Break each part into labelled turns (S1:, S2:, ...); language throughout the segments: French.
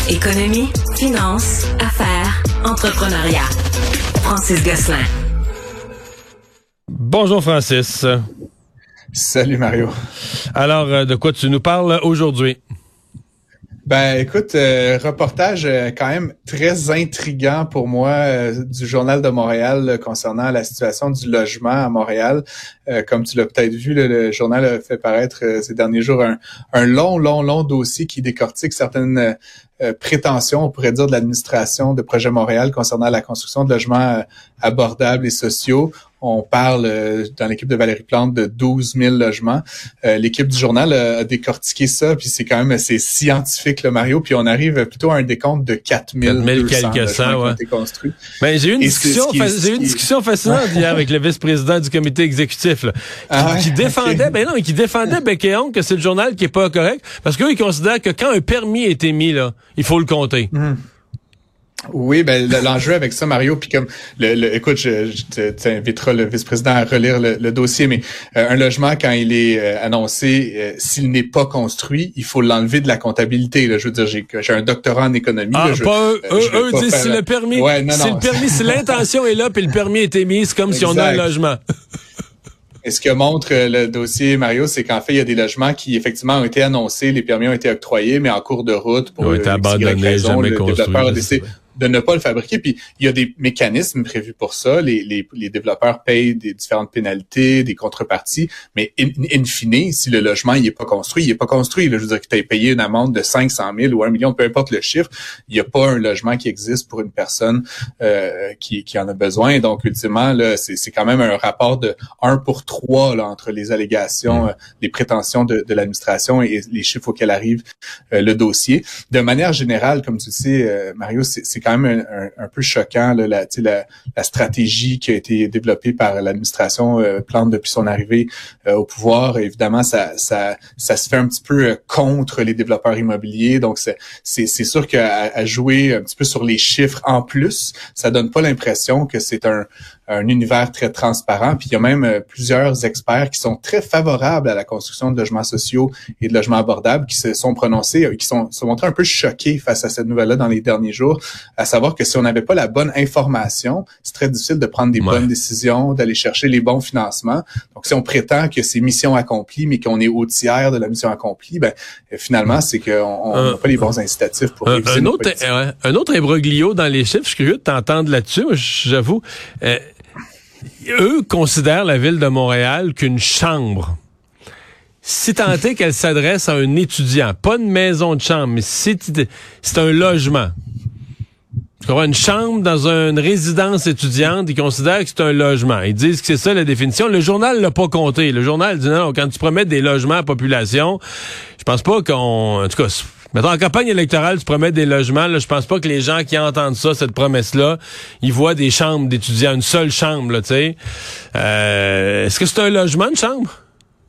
S1: Économie, finance, affaires, entrepreneuriat. Francis Gosselin.
S2: Bonjour Francis.
S3: Salut Mario.
S2: Alors, de quoi tu nous parles aujourd'hui?
S3: Ben écoute, reportage quand même très intriguant pour moi du Journal de Montréal concernant la situation du logement à Montréal. Comme tu l'as peut-être vu, le journal a fait paraître ces derniers jours un long dossier qui décortique certaines prétentions, on pourrait dire, de l'administration de Projet Montréal concernant la construction de logements abordables et sociaux. On parle dans l'équipe de Valérie Plante de 12 000 logements. L'équipe du journal a décortiqué ça, puis c'est quand même assez scientifique, là, Mario. Puis on arrive plutôt à un décompte de 4 200 logements qui ont été construits.
S2: Ben, j'ai eu une discussion fascinante hier avec le vice-président du comité exécutif là, qui défendait, qui défendait bec et ongle que c'est le journal qui est pas correct, parce qu'eux, ils considèrent que quand un permis a été mis là, il faut le compter.
S3: Oui, ben l'enjeu avec ça, Mario, puis comme écoute, je t'inviterai le vice-président à relire le dossier, mais un logement, quand il est annoncé, s'il n'est pas construit, il faut l'enlever de la comptabilité. Là. Je veux dire, j'ai un doctorat en économie.
S2: Eux disent si le permis, si l'intention est là, puis le permis est émis, c'est comme si on a un logement.
S3: Et ce que montre le dossier, Mario, c'est qu'en fait, il y a des logements qui, effectivement, ont été annoncés, les permis ont été octroyés, mais en cours de route, pour
S2: été abandonnés, jamais construits.
S3: Le développeur a décidé de ne pas le fabriquer. Puis il y a des mécanismes prévus pour ça. Les développeurs payent des différentes pénalités, des contreparties, mais in fine, si le logement il est pas construit, il est pas construit. Là, je veux dire que tu as payé une amende de 500 000 ou 1 million, peu importe le chiffre, il n'y a pas un logement qui existe pour une personne qui en a besoin. Donc, ultimement, là, c'est quand même un rapport de 1 pour 3 là, entre les allégations, les prétentions de l'administration et les chiffres auxquels arrive le dossier. De manière générale, comme tu le sais, Mario, c'est quand même un peu choquant là, la stratégie qui a été développée par l'administration Plante depuis son arrivée au pouvoir. Évidemment, ça se fait un petit peu contre les développeurs immobiliers. Donc, c'est sûr qu'à jouer un petit peu sur les chiffres en plus, ça donne pas l'impression que c'est un univers très transparent. Puis il y a même plusieurs experts qui sont très favorables à la construction de logements sociaux et de logements abordables qui se sont prononcés, qui se montrés un peu choqués face à cette nouvelle-là dans les derniers jours, à savoir que si on n'avait pas la bonne information, c'est très difficile de prendre des bonnes décisions, d'aller chercher les bons financements. Donc si on prétend que c'est mission accomplie, mais qu'on est au tiers de la mission accomplie, ben finalement, c'est qu'on n'a pas les bons incitatifs pour réviser nos politiques.
S2: Un autre imbroglio dans les chiffres, je suis curieux de t'entendre là-dessus, j'avoue. Eux considèrent la ville de Montréal qu'une chambre, si tant est qu'elle s'adresse à un étudiant, pas une maison de chambre, mais c'est un logement. Tu vois, une chambre dans une résidence étudiante, ils considèrent que c'est un logement. Ils disent que c'est ça la définition. Le journal l'a pas compté. Le journal dit non, quand tu promets des logements à population, je pense pas en tout cas, mettons, en campagne électorale, tu promets des logements, là, je pense pas que les gens qui entendent ça, cette promesse-là, ils voient des chambres d'étudiants, une seule chambre, là, tu sais. Est-ce que c'est un logement, une chambre?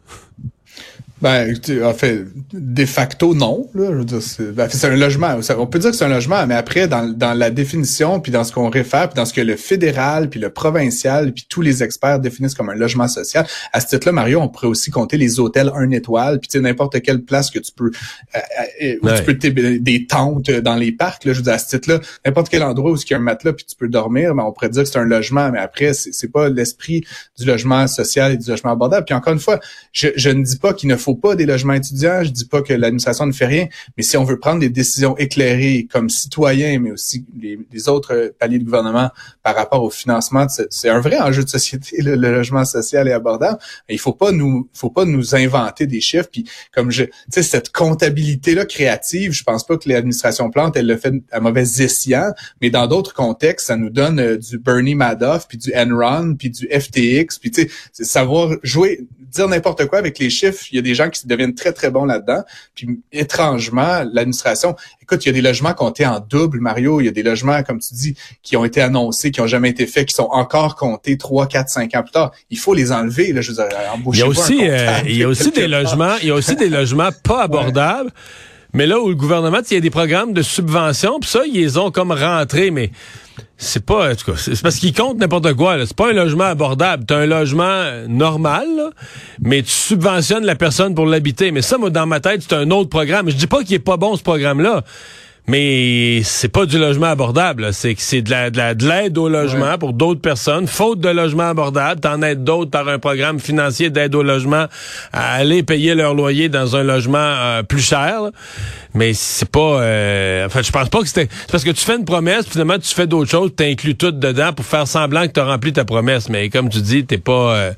S3: Ben, en fait, de facto, non. Là, je veux dire, c'est un logement. On peut dire que c'est un logement, mais après, dans la définition, puis dans ce qu'on réfère, puis dans ce que le fédéral, puis le provincial, puis tous les experts définissent comme un logement social, à ce titre-là, Mario, on pourrait aussi compter les hôtels 1 étoile, puis tu sais, n'importe quelle place que tu peux, où tu peux des tentes dans les parcs. Là, je veux dire, à ce titre-là, n'importe quel endroit où il y a un matelas, puis tu peux dormir, ben, on pourrait dire que c'est un logement, mais après, c'est pas l'esprit du logement social et du logement abordable. Puis encore une fois, je ne dis pas qu'il ne faut pas des logements étudiants, je dis pas que l'administration ne fait rien, mais si on veut prendre des décisions éclairées comme citoyens, mais aussi les autres paliers de gouvernement par rapport au financement, c'est un vrai enjeu de société, le logement social et abordable. Il faut pas nous inventer des chiffres, puis comme tu sais, cette comptabilité-là créative, je pense pas que l'administration Plante, elle le fait à mauvais escient, mais dans d'autres contextes, ça nous donne du Bernie Madoff, puis du Enron, puis du FTX, puis tu sais, c'est savoir jouer, dire n'importe quoi avec les chiffres. Il y a des gens qui deviennent très, très bons là-dedans. Puis, étrangement, l'administration... Écoute, il y a des logements comptés en double, Mario. Il y a des logements, comme tu dis, qui ont été annoncés, qui ont jamais été faits, qui sont encore comptés 3, 4, 5 ans plus tard. Il faut les enlever, là. Je veux dire,
S2: il y a aussi des logements pas abordables. Mais là où le gouvernement, il y a des programmes de subvention, puis ça, ils les ont comme rentrés, mais c'est pas, en tout cas, c'est parce qu'ils comptent n'importe quoi, là. C'est pas un logement abordable. T'as un logement normal, là, mais tu subventionnes la personne pour l'habiter. Mais ça, moi, dans ma tête, c'est un autre programme. Je dis pas qu'il est pas bon, ce programme-là. Mais c'est pas du logement abordable. C'est que c'est de l'aide au logement pour d'autres personnes. Faute de logement abordable, t'en aides d'autres par un programme financier d'aide au logement à aller payer leur loyer dans un logement plus cher. Là. Mais c'est pas... je pense pas que c'est parce que tu fais une promesse, puis finalement tu fais d'autres choses, tu inclus tout dedans pour faire semblant que tu as rempli ta promesse. Mais comme tu dis, t'es pas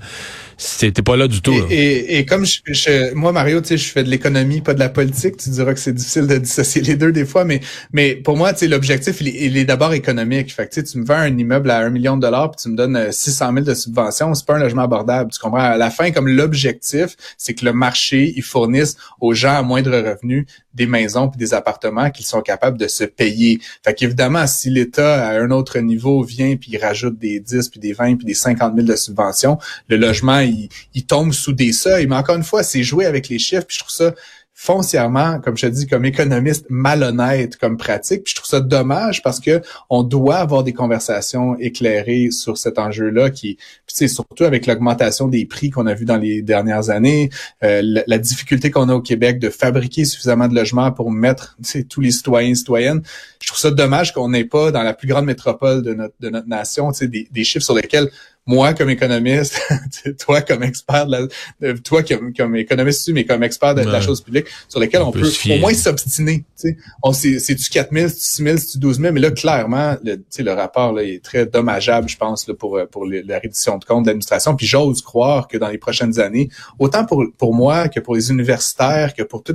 S2: là du tout.
S3: Et comme moi, Mario, tu sais, je fais de l'économie, pas de la politique. Tu diras que c'est difficile de dissocier les deux des fois, mais pour moi, tu sais, l'objectif, il est d'abord économique. Fait que tu sais, tu me vends un immeuble à $1 million, puis tu me donnes 600 000 de subvention, c'est pas un logement abordable. Tu comprends? À la fin, comme l'objectif, c'est que le marché, il fournisse aux gens à moindre revenu des maisons puis des appartements qu'ils sont capables de se payer. Fait qu'évidemment, si l'État, à un autre niveau, vient puis il rajoute des 10 puis des 20 puis des 50 000 de subventions, le logement, il tombe sous des seuils. Mais encore une fois, c'est jouer avec les chiffres. Puis je trouve ça foncièrement, comme je te dis, comme économiste, malhonnête comme pratique. Puis je trouve ça dommage parce que on doit avoir des conversations éclairées sur cet enjeu-là qui, puis c'est surtout avec l'augmentation des prix qu'on a vu dans les dernières années, la difficulté qu'on a au Québec de fabriquer suffisamment de logements pour mettre tous les citoyens et citoyennes. Je trouve ça dommage qu'on n'ait pas dans la plus grande métropole de notre nation, des chiffres sur lesquels moi, comme économiste, toi, comme expert, toi, comme économiste, mais comme expert de la chose publique, sur lesquels on peut au moins s'obstiner. C'est-tu 4 000, c'est-tu 6 000, c'est-tu 12 000? Mais là, clairement, le rapport là, est très dommageable, je pense, là, pour la reddition de comptes de l'administration. Puis j'ose croire que dans les prochaines années, autant pour moi que pour les universitaires, que pour tous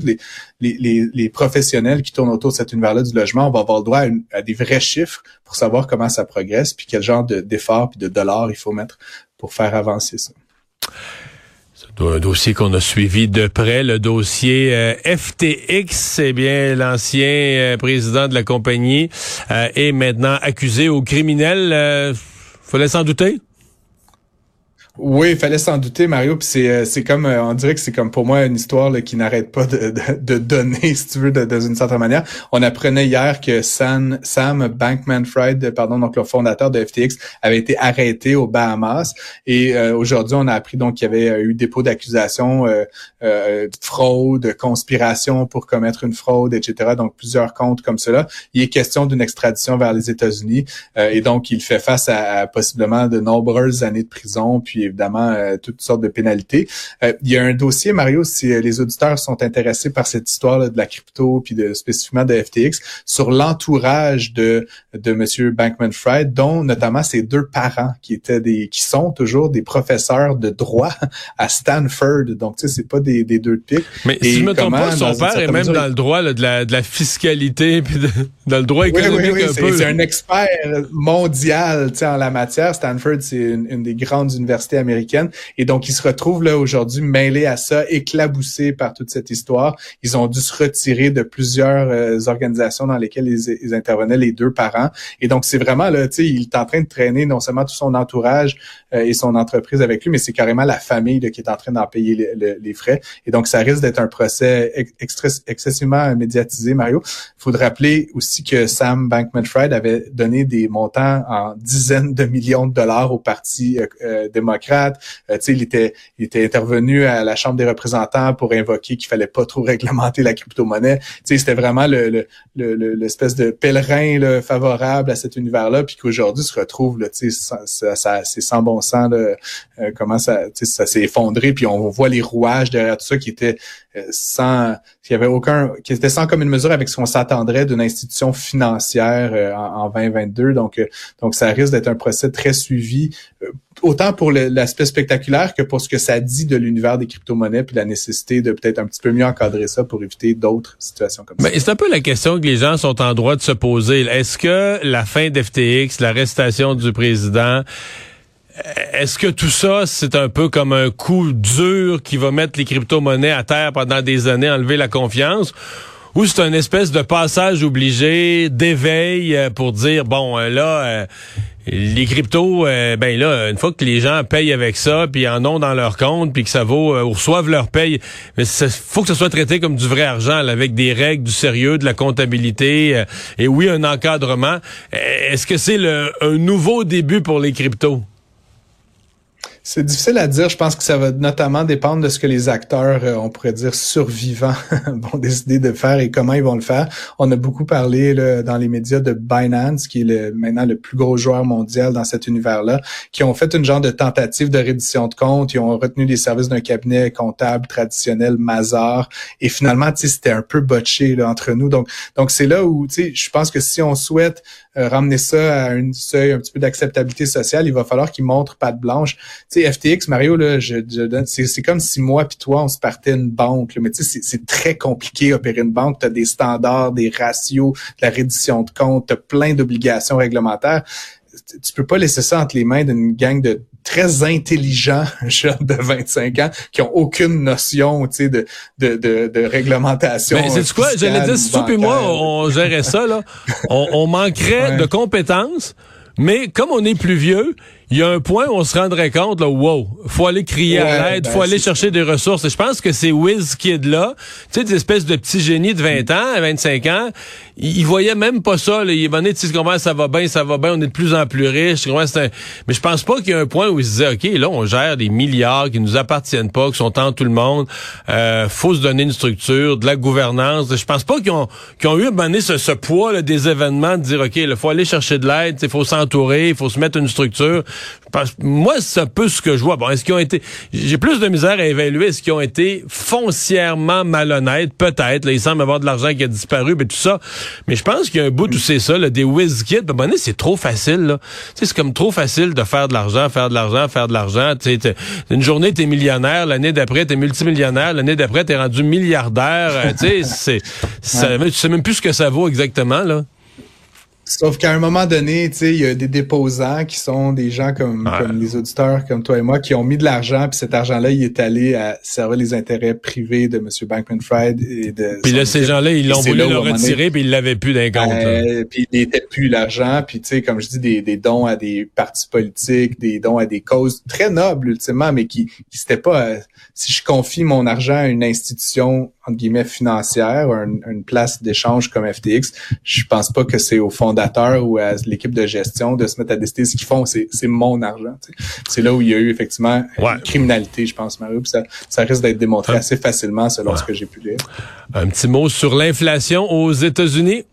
S3: les professionnels qui tournent autour de cet univers-là du logement, on va avoir le droit à des vrais chiffres pour savoir comment ça progresse, puis quel genre d'efforts puis de dollars il faut mettre pour faire avancer ça.
S2: C'est un dossier qu'on a suivi de près, le dossier FTX. Eh bien, l'ancien président de la compagnie est maintenant accusé au criminel. Fallait s'en douter?
S3: Oui, il fallait s'en douter, Mario. Puis c'est comme, on dirait que c'est comme pour moi une histoire là, qui n'arrête pas de donner, si tu veux, dans une certaine manière. On apprenait hier que Sam Bankman-Fried, donc le fondateur de FTX, avait été arrêté aux Bahamas. Et aujourd'hui, on a appris donc qu'il y avait eu dépôt d'accusation de fraude, conspiration pour commettre une fraude, etc. Donc plusieurs comptes comme cela. Il est question d'une extradition vers les États-Unis et donc il fait face à possiblement de nombreuses années de prison, puis évidemment toutes sortes de pénalités. Il y a un dossier, Mario, si les auditeurs sont intéressés par cette histoire là, de la crypto puis spécifiquement de FTX, sur l'entourage de Monsieur Bankman-Fried, dont notamment ses deux parents qui sont toujours des professeurs de droit à Stanford. Donc tu sais, c'est pas des deux de pique.
S2: Mais si je me trompe pas, son père est même dans le droit là, de la fiscalité puis dans le droit économique
S3: oui,
S2: un peu.
S3: C'est un expert mondial, tu sais, en la matière. Stanford, c'est une des grandes universités américaines. Et donc, ils se retrouvent là aujourd'hui mêlés à ça, éclaboussés par toute cette histoire. Ils ont dû se retirer de plusieurs organisations dans lesquelles ils intervenaient, les deux parents. Et donc, c'est vraiment là, tu sais, il est en train de traîner non seulement tout son entourage et son entreprise avec lui, mais c'est carrément la famille là, qui est en train d'en payer les frais. Et donc, ça risque d'être un procès excessivement médiatisé, Mario. Il faut rappeler aussi que Sam Bankman-Fried avait donné des montants en dizaines de millions de dollars au Parti démocrate. Tu sais, il était intervenu à la Chambre des représentants pour invoquer qu'il fallait pas trop réglementer la crypto-monnaie. Tu sais, c'était vraiment l'espèce de pèlerin là, favorable à cet univers-là, puis qu'aujourd'hui se retrouve là, tu sais, c'est sans bon sens là, comment ça, tu sais, ça s'est effondré, puis on voit les rouages derrière tout ça qui était sans commune mesure avec ce qu'on s'attendrait d'une institution financière en 2022. Donc ça risque d'être un procès très suivi, autant pour l'aspect spectaculaire que pour ce que ça dit de l'univers des crypto-monnaies puis la nécessité de peut-être un petit peu mieux encadrer ça pour éviter d'autres situations comme ça.
S2: Mais c'est un peu la question que les gens sont en droit de se poser. Est-ce que la fin d'FTX, l'arrestation du président, est-ce que tout ça, c'est un peu comme un coup dur qui va mettre les crypto-monnaies à terre pendant des années, enlever la confiance? Ou c'est une espèce de passage obligé, d'éveil pour dire, bon, les cryptos, ben là, une fois que les gens payent avec ça, puis en ont dans leur compte, puis que ça vaut, ou reçoivent leur paye, mais faut que ça soit traité comme du vrai argent, là, avec des règles, du sérieux, de la comptabilité, et oui, un encadrement. Est-ce que c'est un nouveau début pour les cryptos?
S3: C'est difficile à dire. Je pense que ça va notamment dépendre de ce que les acteurs, on pourrait dire survivants, vont décider de faire et comment ils vont le faire. On a beaucoup parlé là, dans les médias de Binance, qui est maintenant le plus gros joueur mondial dans cet univers-là, qui ont fait une genre de tentative de reddition de comptes. Ils ont retenu les services d'un cabinet comptable traditionnel, Mazars, et finalement, c'était un peu botché là, entre nous. Donc c'est là où, je pense que si on souhaite ramener ça à un seuil un petit peu d'acceptabilité sociale, il va falloir qu'ils montrent patte blanche. Tu sais, FTX, Mario, là, je donne, c'est comme si moi puis toi, on se partait une banque. Là. Mais tu sais, c'est très compliqué opérer une banque. Tu as des standards, des ratios, de la reddition de comptes, tu as plein d'obligations réglementaires. Tu peux pas laisser ça entre les mains d'une gang de très intelligents jeunes de 25 ans qui ont aucune notion, tu sais, de réglementation.
S2: Mais c'est quoi? J'allais dire, si toi et moi, on gérait ça, là, on manquerait de compétences, mais comme on est plus vieux, il y a un point où on se rendrait compte, là, wow, faut aller crier à l'aide, faut aller chercher des ressources. Et je pense que ces WizKids-là, tu sais, des espèces de petits génies de 20 ans, 25 ans, ils voyaient même pas ça, là. Ils venaient, tu sais, comment ça va bien, on est de plus en plus riches. Mais je pense pas qu'il y a un point où ils se disaient, OK, là, on gère des milliards qui nous appartiennent pas, qui sont en tout le monde. Faut se donner une structure, de la gouvernance. Je pense pas qu'ils ont eu à un moment donné ce poids, là, des événements, de dire, OK, il faut aller chercher de l'aide, il faut s'entourer, il faut se mettre une structure. Moi, c'est un peu ce que je vois. Bon, est-ce qu'ils ont été... J'ai plus de misère à évaluer. Est-ce qu'ils ont été foncièrement malhonnêtes? Peut-être. Là, il semble avoir de l'argent qui a disparu, mais tout ça. Mais je pense qu'il y a un bout où c'est ça, là, des WizKids. Ben, bon, c'est trop facile, là. Tu sais, c'est comme trop facile de faire de l'argent. Tu sais, une journée, t'es millionnaire. L'année d'après, t'es multimillionnaire. L'année d'après, t'es rendu milliardaire. Tu sais, tu sais même plus ce que ça vaut exactement, là.
S3: Sauf qu'à un moment donné, tu sais, il y a des déposants qui sont des gens comme les auditeurs, comme toi et moi, qui ont mis de l'argent, puis cet argent-là, il est allé à servir les intérêts privés de M. Bankman-Fried et de... Puis
S2: là, ces gens-là, ils l'ont voulu le retirer, puis ils l'avaient plus d'un compte.
S3: Puis il n'était plus l'argent, puis tu sais, comme je dis, des dons à des partis politiques, des dons à des causes très nobles, ultimement, mais qui c'était pas... si je confie mon argent à une institution, entre guillemets, financière, une place d'échange comme FTX, je pense pas que c'est au fondateur ou à l'équipe de gestion de se mettre à décider ce qu'ils font. C'est mon argent. Tu sais. C'est là où il y a eu effectivement une criminalité, je pense, Mario. Puis ça risque d'être démontré assez facilement selon ce que j'ai pu lire.
S2: Un petit mot sur l'inflation aux États-Unis.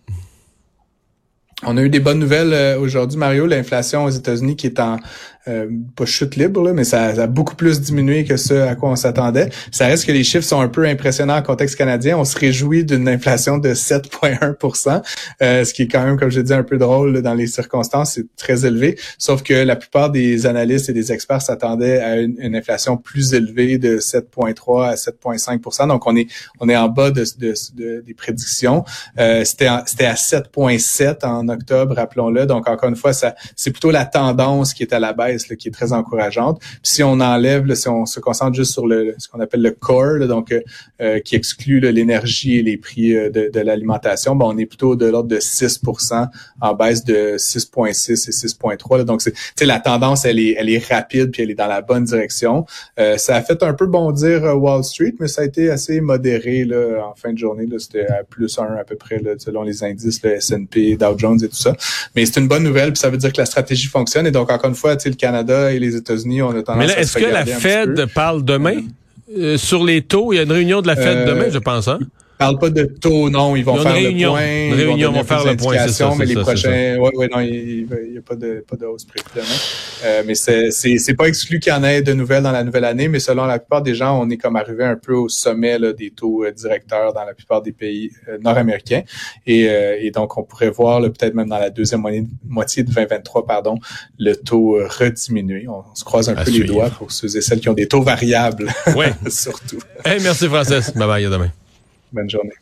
S3: On a eu des bonnes nouvelles aujourd'hui, Mario. L'inflation aux États-Unis qui est en pas chute libre, là, mais ça a beaucoup plus diminué que ce à quoi on s'attendait. Ça reste que les chiffres sont un peu impressionnants en contexte canadien. On se réjouit d'une inflation de 7,1%, ce qui est quand même, comme je l'ai dit, un peu drôle là, dans les circonstances. C'est très élevé. Sauf que la plupart des analystes et des experts s'attendaient à une inflation plus élevée de 7,3 à 7,5%. Donc, on est en bas des prédictions. C'était à 7,7 en octobre, rappelons-le. Donc, encore une fois, c'est plutôt la tendance qui est à la baisse, là, qui est très encourageante. Puis si on enlève, là, si on se concentre juste sur ce qu'on appelle le core, là, donc qui exclut là, l'énergie et les prix de l'alimentation, on est plutôt de l'ordre de 6% en baisse de 6,6 et 6,3. Là. Donc, la tendance, elle est rapide puis elle est dans la bonne direction. Ça a fait un peu bondir Wall Street, mais ça a été assez modéré là, en fin de journée. Là, c'était à +1 à peu près là, selon les indices, le S&P, Dow Jones et tout ça. Mais c'est une bonne nouvelle puis ça veut dire que la stratégie fonctionne. Et donc, encore une fois, le Canada et les États-Unis, on a tendance à se regarder un petit peu. Mais là, est-ce que la Fed
S2: parle demain sur les taux? Il y a une réunion de la Fed demain, je pense, hein?
S3: Ils parlent pas de taux, non. Ils vont faire le point.
S2: Une réunion, ils vont faire le point, c'est ça.
S3: Mais les prochains, non, il y a pas de hausse prévue demain. Mais c'est pas exclu qu'il y en ait de nouvelles dans la nouvelle année, mais selon la plupart des gens, on est comme arrivé un peu au sommet là, des taux directeurs dans la plupart des pays nord-américains. Et donc, on pourrait voir peut-être même dans la deuxième moitié de 2023, le taux rediminuer. On se croise un peu les doigts pour ceux et celles qui ont des taux variables.
S2: Oui.
S3: Surtout.
S2: Hey, merci Francis. Bye bye, à demain.
S3: Bonne journée.